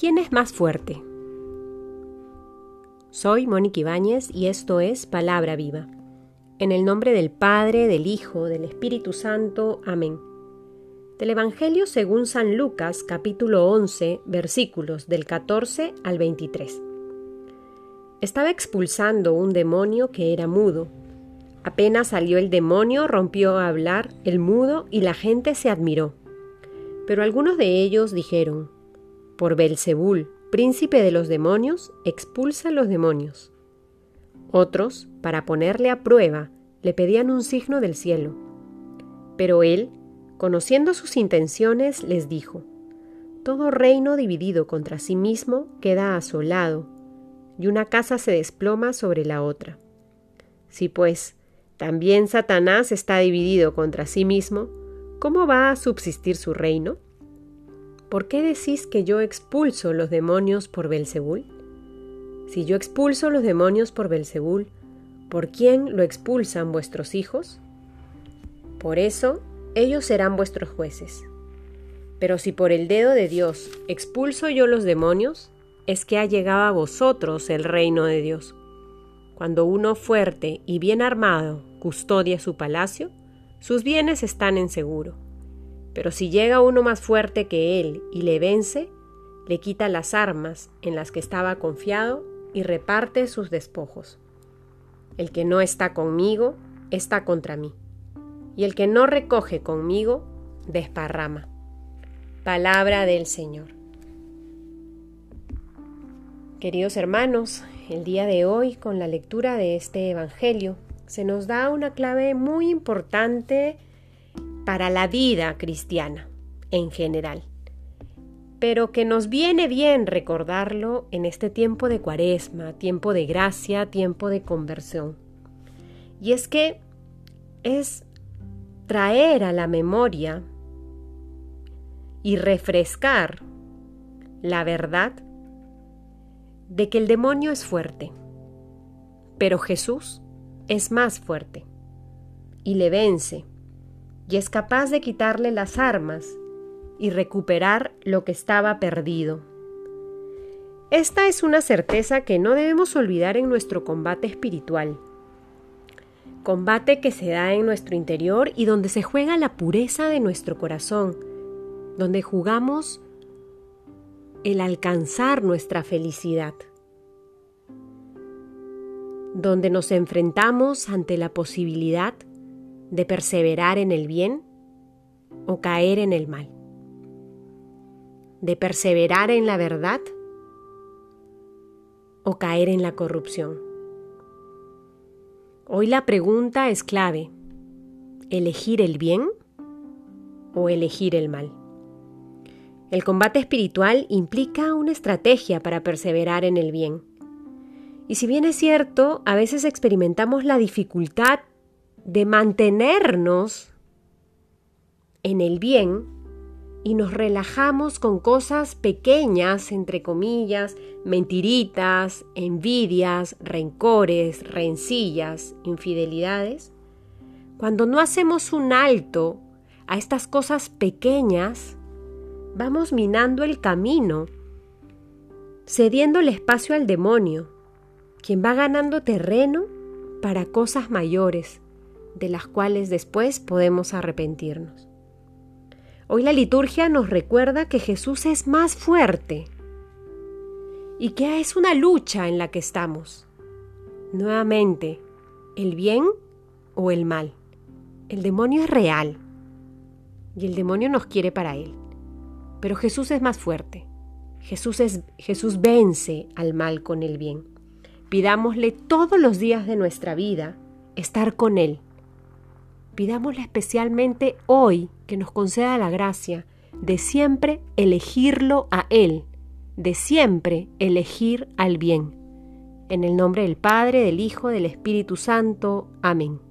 ¿Quién es más fuerte? Soy Mónica Ibáñez y esto es Palabra Viva. En el nombre del Padre, del Hijo, del Espíritu Santo. Amén. Del Evangelio según San Lucas, capítulo 11, versículos del 14 al 23. Estaba expulsando un demonio que era mudo. Apenas salió el demonio, rompió a hablar el mudo y la gente se admiró. Pero algunos de ellos dijeron: por Belzebul, príncipe de los demonios, expulsa los demonios. Otros, para ponerle a prueba, le pedían un signo del cielo. Pero él, conociendo sus intenciones, les dijo: todo reino dividido contra sí mismo queda asolado, y una casa se desploma sobre la otra. Si pues también Satanás está dividido contra sí mismo, ¿cómo va a subsistir su reino? ¿Por qué decís que yo expulso los demonios por Belzebul? Si yo expulso los demonios por Belzebul, ¿por quién lo expulsan vuestros hijos? Por eso ellos serán vuestros jueces. Pero si por el dedo de Dios expulso yo los demonios, es que ha llegado a vosotros el reino de Dios. Cuando uno fuerte y bien armado custodia su palacio, sus bienes están en seguro. Pero si llega uno más fuerte que él y le vence, le quita las armas en las que estaba confiado y reparte sus despojos. El que no está conmigo, está contra mí. Y el que no recoge conmigo, desparrama. Palabra del Señor. Queridos hermanos, el día de hoy, con la lectura de este Evangelio, se nos da una clave muy importante para la vida cristiana en general, pero que nos viene bien recordarlo en este tiempo de Cuaresma, tiempo de gracia, tiempo de conversión. Y es que es traer a la memoria y refrescar la verdad de que el demonio es fuerte, pero Jesús es más fuerte y le vence y es capaz de quitarle las armas y recuperar lo que estaba perdido. Esta es una certeza que no debemos olvidar en nuestro combate espiritual, combate que se da en nuestro interior y donde se juega la pureza de nuestro corazón, donde jugamos el alcanzar nuestra felicidad, donde nos enfrentamos ante la posibilidad de perseverar en el bien o caer en el mal, de perseverar en la verdad o caer en la corrupción. Hoy la pregunta es clave: ¿elegir el bien o elegir el mal? El combate espiritual implica una estrategia para perseverar en el bien. Y si bien es cierto, a veces experimentamos la dificultad de mantenernos en el bien y nos relajamos con cosas pequeñas, entre comillas, mentiritas, envidias, rencores, rencillas, infidelidades. Cuando no hacemos un alto a estas cosas pequeñas, vamos minando el camino, cediendo el espacio al demonio, quien va ganando terreno para cosas mayores, de las cuales después podemos arrepentirnos. Hoy la liturgia nos recuerda que Jesús es más fuerte y que es una lucha en la que estamos. Nuevamente, ¿el bien o el mal? El demonio es real y el demonio nos quiere para él. Pero Jesús es más fuerte. Jesús vence al mal con el bien. Pidámosle todos los días de nuestra vida estar con Él. Pidámosle especialmente hoy que nos conceda la gracia de siempre elegirlo a Él, de siempre elegir al bien. En el nombre del Padre, del Hijo, del Espíritu Santo. Amén.